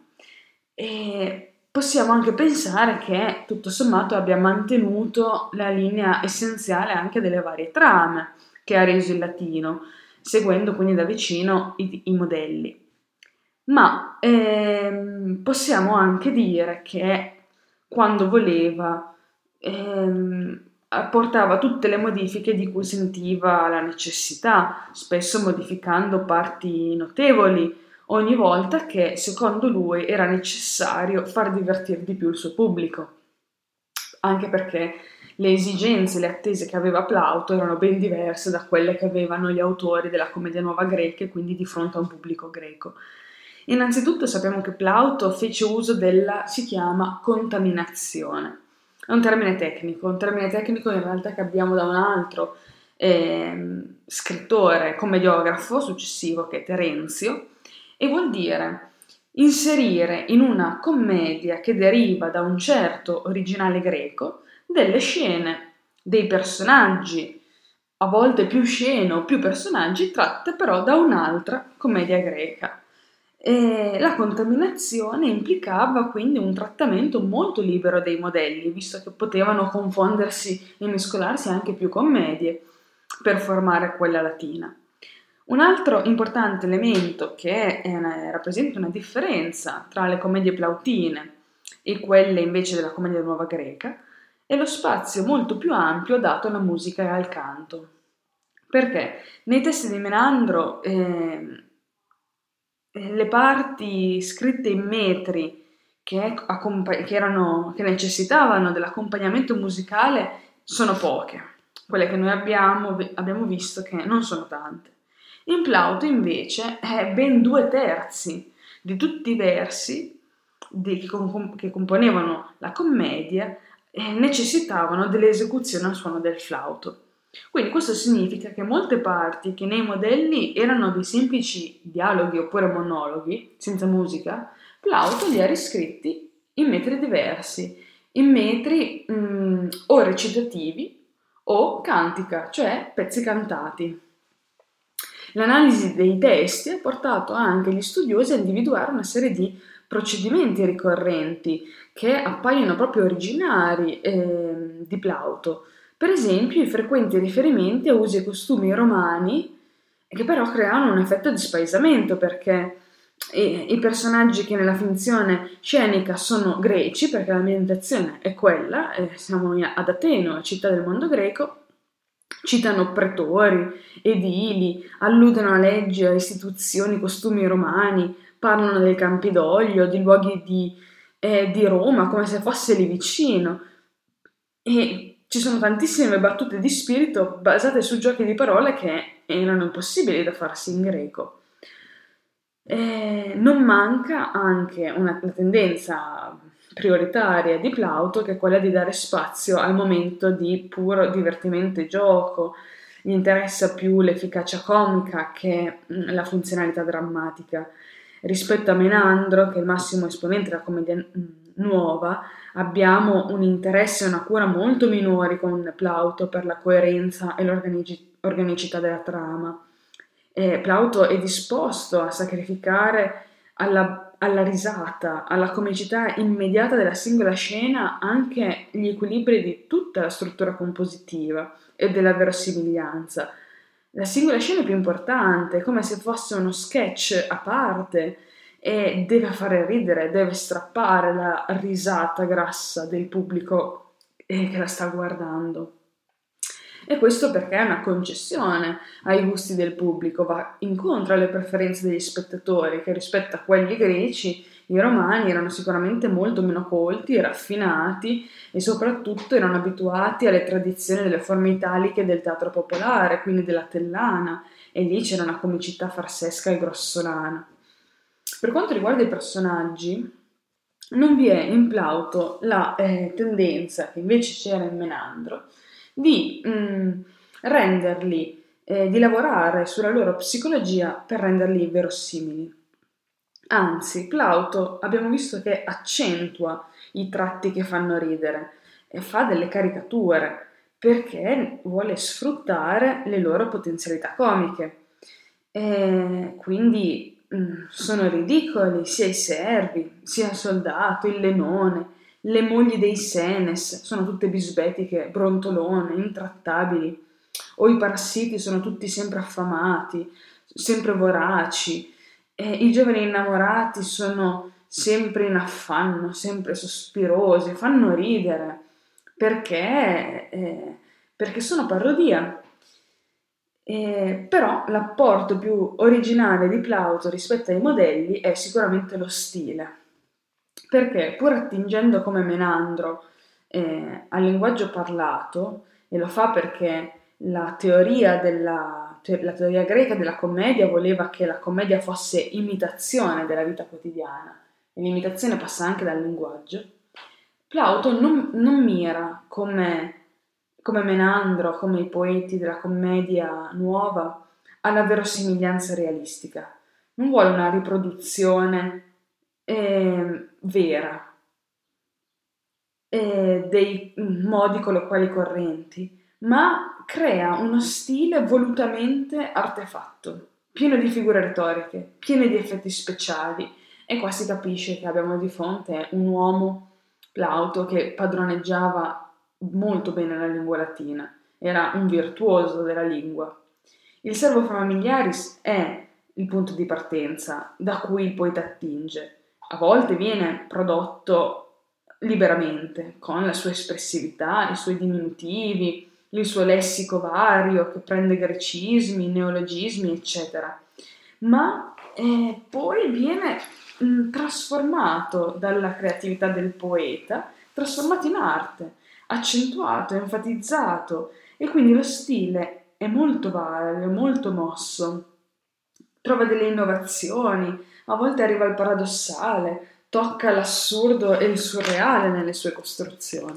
E possiamo anche pensare che tutto sommato abbia mantenuto la linea essenziale anche delle varie trame che ha reso il latino, seguendo quindi da vicino i, i modelli. Ma ehm, possiamo anche dire che quando voleva ehm, apportava tutte le modifiche di cui sentiva la necessità, spesso modificando parti notevoli ogni volta che, secondo lui, era necessario far divertire di più il suo pubblico, anche perché le esigenze, le attese che aveva Plauto erano ben diverse da quelle che avevano gli autori della commedia nuova greca, e quindi di fronte a un pubblico greco. Innanzitutto sappiamo che Plauto fece uso della, si chiama, contaminazione. È un termine tecnico, un termine tecnico in realtà che abbiamo da un altro eh, scrittore, commediografo successivo, che è Terenzio, e vuol dire inserire in una commedia che deriva da un certo originale greco delle scene, dei personaggi, a volte più scene o più personaggi, tratte però da un'altra commedia greca. E la contaminazione implicava quindi un trattamento molto libero dei modelli, visto che potevano confondersi e mescolarsi anche più commedie per formare quella latina. Un altro importante elemento che è una, rappresenta una differenza tra le commedie plautine e quelle invece della commedia nuova greca è lo spazio molto più ampio dato alla musica e al canto. Perché nei testi di Menandro eh, le parti scritte in metri che, accompa- che, erano, che necessitavano dell'accompagnamento musicale sono poche. Quelle che noi abbiamo, abbiamo visto che non sono tante. In Plauto invece è ben due terzi di tutti i versi di, che, comp- che componevano la commedia eh, necessitavano dell'esecuzione al suono del flauto. Quindi questo significa che molte parti che nei modelli erano dei semplici dialoghi oppure monologhi, senza musica, Plauto li ha riscritti in metri diversi, in metri mh, o recitativi o cantica, cioè pezzi cantati. L'analisi dei testi ha portato anche gli studiosi a individuare una serie di procedimenti ricorrenti che appaiono proprio originari eh, di Plauto. Per esempio, i frequenti riferimenti a usi e costumi romani che però creano un effetto di spaesamento perché i, i personaggi che nella finzione scenica sono greci, perché l'ambientazione è quella, eh, siamo ad Atene, città del mondo greco, citano pretori, edili, alludono a leggi, a istituzioni, costumi romani, parlano dei Campidoglio, di luoghi di, eh, di Roma, come se fosse lì vicino. E ci sono tantissime battute di spirito basate su giochi di parole che erano impossibili da farsi in greco. E non manca anche una, una tendenza prioritaria di Plauto, che è quella di dare spazio al momento di puro divertimento e gioco. Gli interessa più l'efficacia comica che mh, la funzionalità drammatica. Rispetto a Menandro, che è il massimo esponente della commedia mh, nuova, abbiamo un interesse e una cura molto minori con Plauto per la coerenza e l'organicità della trama. E Plauto è disposto a sacrificare alla, alla risata, alla comicità immediata della singola scena anche gli equilibri di tutta la struttura compositiva e della verosimiglianza. La singola scena è più importante, è come se fosse uno sketch a parte e deve fare ridere, deve strappare la risata grassa del pubblico eh, che la sta guardando. E questo perché è una concessione ai gusti del pubblico, va incontro alle preferenze degli spettatori, che rispetto a quelli greci, i romani erano sicuramente molto meno colti, raffinati e soprattutto erano abituati alle tradizioni delle forme italiche del teatro popolare, quindi della tellana, e lì c'era una comicità farsesca e grossolana. Per quanto riguarda i personaggi, non vi è in Plauto la eh, tendenza, che invece c'era in Menandro, di mh, renderli, eh, di lavorare sulla loro psicologia per renderli verosimili. Anzi, Plauto abbiamo visto che accentua i tratti che fanno ridere e fa delle caricature perché vuole sfruttare le loro potenzialità comiche. E quindi mh, sono ridicoli sia i servi, sia il soldato, il lenone, le mogli dei Senes sono tutte bisbetiche, brontolone, intrattabili, o i parassiti sono tutti sempre affamati, sempre voraci, e i giovani innamorati sono sempre in affanno, sempre sospirosi, fanno ridere, perché, eh, perché sono parodia. Eh, però l'apporto più originale di Plauto rispetto ai modelli è sicuramente lo stile, perché pur attingendo come Menandro eh, al linguaggio parlato, e lo fa perché la teoria, della, te- la teoria greca della commedia voleva che la commedia fosse imitazione della vita quotidiana, e l'imitazione passa anche dal linguaggio, Plauto non, non mira come, come Menandro, come i poeti della commedia nuova, alla verosimiglianza realistica. Non vuole una riproduzione eh, vera eh, dei modi colloquiali correnti, ma crea uno stile volutamente artefatto, pieno di figure retoriche, piene di effetti speciali, e qua si capisce che abbiamo di fronte un uomo, Plauto, che padroneggiava molto bene la lingua latina, era un virtuoso della lingua. Il servo familiaris è il punto di partenza da cui il poeta attinge. A volte viene prodotto liberamente, con la sua espressività, i suoi diminutivi, il suo lessico vario che prende grecismi, neologismi, eccetera. Ma eh, poi viene mh, trasformato dalla creatività del poeta, trasformato in arte, accentuato, enfatizzato, e quindi lo stile è molto vario, molto mosso. Trova delle innovazioni, a volte arriva al paradossale, tocca l'assurdo e il surreale nelle sue costruzioni.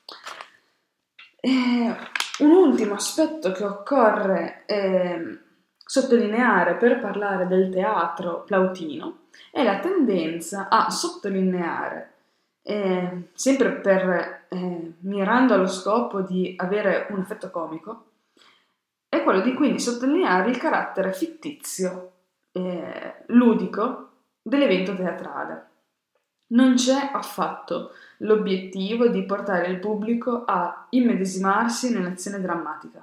E un ultimo aspetto che occorre eh, sottolineare per parlare del teatro plautino è la tendenza a sottolineare eh, sempre per eh, mirando allo scopo di avere un effetto comico, è quello di quindi sottolineare il carattere fittizio, eh, ludico dell'evento teatrale. Non c'è affatto l'obiettivo di portare il pubblico a immedesimarsi nell'azione drammatica.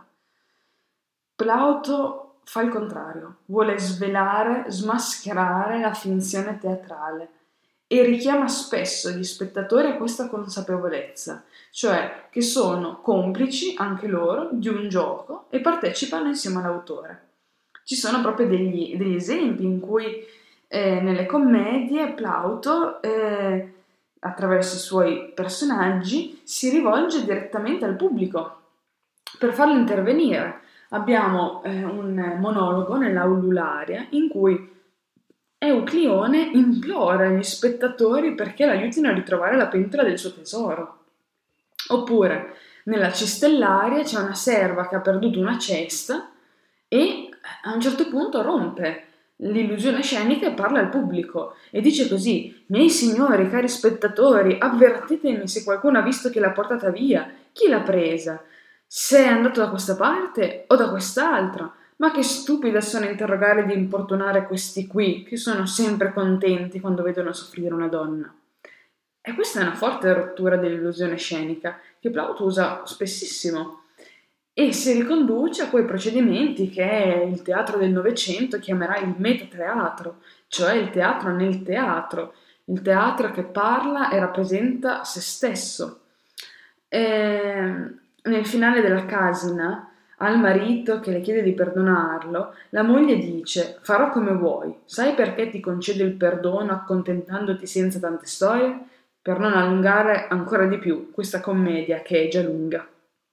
Plauto fa il contrario, vuole svelare, smascherare la finzione teatrale e richiama spesso gli spettatori a questa consapevolezza, cioè che sono complici anche loro di un gioco e partecipano insieme all'autore. Ci sono proprio degli, degli esempi in cui eh, nelle commedie Plauto, eh, attraverso i suoi personaggi, si rivolge direttamente al pubblico per farlo intervenire. Abbiamo eh, un monologo nell'Aulularia in cui Euclione implora gli spettatori perché l'aiutino a ritrovare la pentola del suo tesoro. Oppure nella Cistellaria c'è una serva che ha perduto una cesta e a un certo punto rompe l'illusione scenica e parla al pubblico e dice così: miei signori, cari spettatori, avvertitemi se qualcuno ha visto chi l'ha portata via, chi l'ha presa, se è andato da questa parte o da quest'altra. Ma che stupida sono a interrogare ed importunare questi qui, che sono sempre contenti quando vedono soffrire una donna. E questa è una forte rottura dell'illusione scenica, che Plauto usa spessissimo, e si riconduce a quei procedimenti che il teatro del Novecento chiamerà il metateatro, cioè il teatro nel teatro, il teatro che parla e rappresenta se stesso. E nel finale della Casina, al marito che le chiede di perdonarlo, la moglie dice: farò come vuoi, sai perché ti concedo il perdono accontentandoti senza tante storie? Per non allungare ancora di più questa commedia che è già lunga.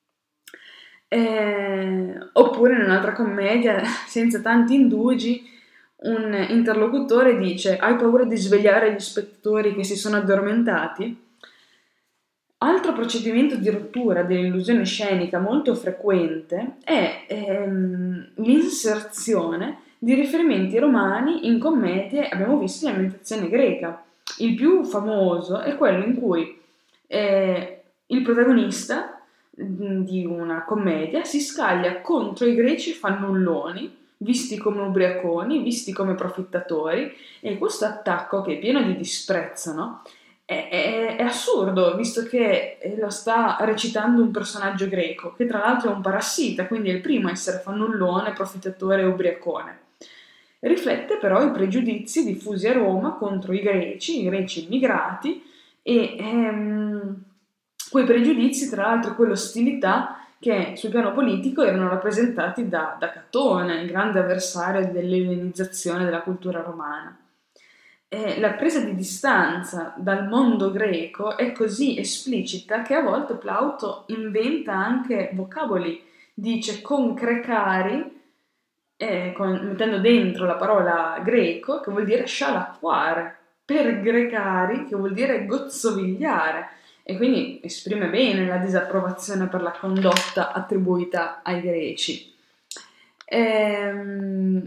Eh, oppure in un'altra commedia, senza tanti indugi, un interlocutore dice: hai paura di svegliare gli spettatori che si sono addormentati? Altro procedimento di rottura dell'illusione scenica molto frequente è ehm, l'inserzione di riferimenti romani in commedie, abbiamo visto, in ambientazione greca. Il più famoso è quello in cui eh, il protagonista di una commedia si scaglia contro i greci fannulloni, visti come ubriaconi, visti come profittatori, e questo attacco, che è pieno di disprezzo, no? È, è, è assurdo, visto che lo sta recitando un personaggio greco, che tra l'altro è un parassita, quindi è il primo a essere fannullone, profittatore e ubriacone. Riflette però i pregiudizi diffusi a Roma contro i greci, i greci immigrati, e ehm, quei pregiudizi, tra l'altro, e quell'ostilità che sul piano politico erano rappresentati da, da Catone, il grande avversario dell'ellenizzazione della cultura romana. E la presa di distanza dal mondo greco è così esplicita che a volte Plauto inventa anche vocaboli, dice concrecari, eh, con, mettendo dentro la parola greco, che vuol dire scialacquare, per grecari, che vuol dire gozzovigliare, e quindi esprime bene la disapprovazione per la condotta attribuita ai greci. Ehm,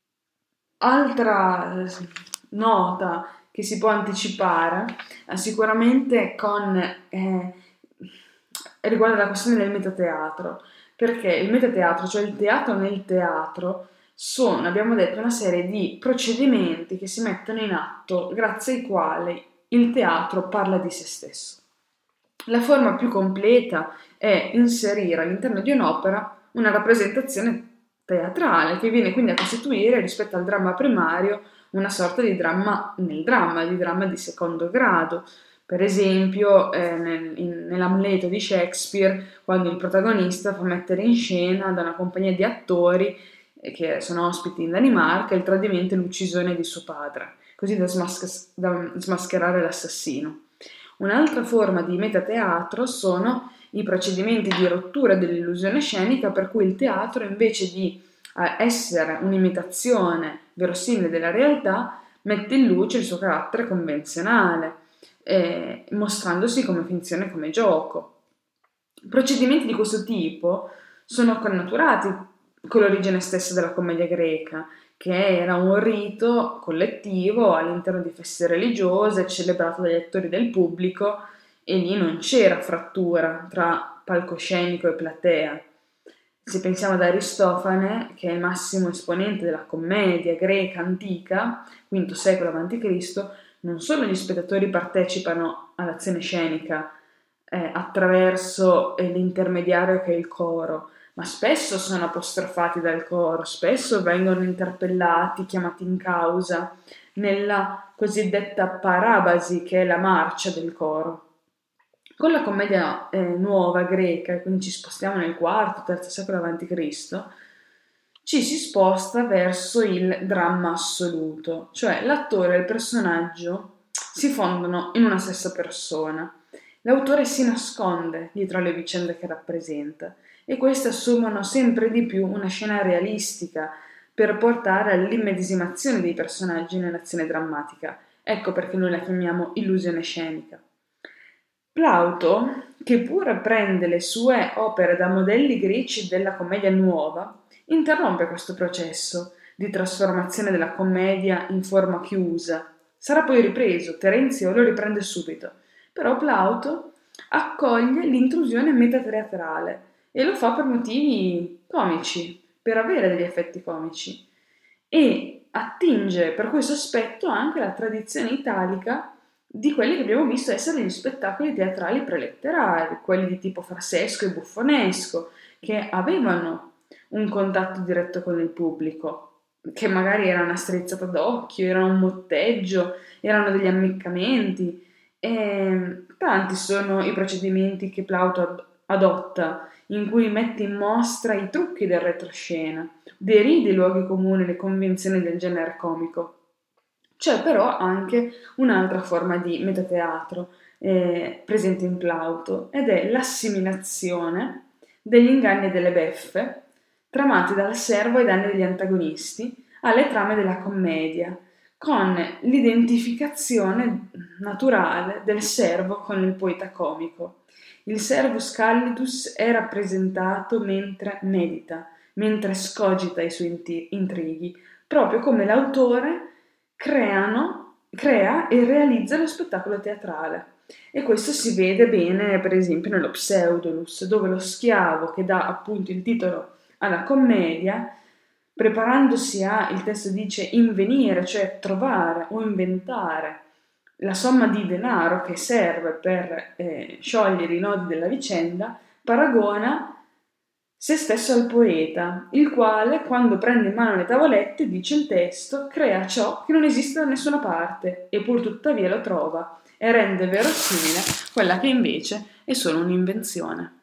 altra nota che si può anticipare eh, sicuramente con eh, riguarda la questione del metateatro, perché il metateatro, cioè il teatro nel teatro, sono, abbiamo detto, una serie di procedimenti che si mettono in atto grazie ai quali il teatro parla di se stesso. La forma più completa è inserire all'interno di un'opera una rappresentazione teatrale che viene quindi a costituire, rispetto al dramma primario, una sorta di dramma nel dramma, di dramma di secondo grado. Per esempio, eh, nel, in, nell'Amleto di Shakespeare, quando il protagonista fa mettere in scena da una compagnia di attori eh, che sono ospiti in Danimarca il tradimento e l'uccisione di suo padre, così da, smas- da smascherare l'assassino. Un'altra forma di metateatro sono i procedimenti di rottura dell'illusione scenica, per cui il teatro, invece di eh, essere un'imitazione verosimile della realtà, mette in luce il suo carattere convenzionale, eh, mostrandosi come finzione, come gioco. Procedimenti di questo tipo sono connaturati con l'origine stessa della commedia greca, che era un rito collettivo all'interno di feste religiose, celebrato dagli attori del pubblico, e lì non c'era frattura tra palcoscenico e platea. Se pensiamo ad Aristofane, che è il massimo esponente della commedia greca antica, quinto secolo avanti Cristo, non solo gli spettatori partecipano all'azione scenica eh, attraverso eh, l'intermediario che è il coro, ma spesso sono apostrofati dal coro, spesso vengono interpellati, chiamati in causa, nella cosiddetta parabasi, che è la marcia del coro. Con la commedia eh, nuova greca, quindi ci spostiamo nel quarto, terzo secolo avanti Cristo, ci si sposta verso il dramma assoluto, cioè l'attore e il personaggio si fondono in una stessa persona. L'autore si nasconde dietro alle vicende che rappresenta e queste assumono sempre di più una scena realistica per portare all'immedesimazione dei personaggi nell'azione drammatica. Ecco perché noi la chiamiamo illusione scenica. Plauto, che pure prende le sue opere da modelli greci della commedia nuova, interrompe questo processo di trasformazione della commedia in forma chiusa. Sarà poi ripreso, Terenzio lo riprende subito, però Plauto accoglie l'intrusione metateatrale e lo fa per motivi comici, per avere degli effetti comici, e attinge per questo aspetto anche la tradizione italica di quelli che abbiamo visto essere gli spettacoli teatrali preletterari, quelli di tipo farsesco e buffonesco, che avevano un contatto diretto con il pubblico, che magari era una strizzata d'occhio, era un motteggio, erano degli ammiccamenti, e tanti sono i procedimenti che Plauto adotta, in cui mette in mostra i trucchi del retroscena, deride i luoghi comuni e le convenzioni del genere comico. C'è però anche un'altra forma di metateatro eh, presente in Plauto, ed è l'assimilazione degli inganni e delle beffe tramati dal servo ai danni degli antagonisti alle trame della commedia, con l'identificazione naturale del servo con il poeta comico. Il servus callidus è rappresentato mentre medita, mentre scogita i suoi intrighi, proprio come l'autore creano, crea e realizza lo spettacolo teatrale. E questo si vede bene, per esempio, nello Pseudolus, dove lo schiavo che dà appunto il titolo alla commedia, preparandosi a, il testo dice, invenire, cioè trovare o inventare la somma di denaro che serve per eh, sciogliere i nodi della vicenda, paragona se stesso al poeta, il quale, quando prende in mano le tavolette, dice il testo, crea ciò che non esiste da nessuna parte, e pur tuttavia lo trova, e rende verosimile quella che invece è solo un'invenzione.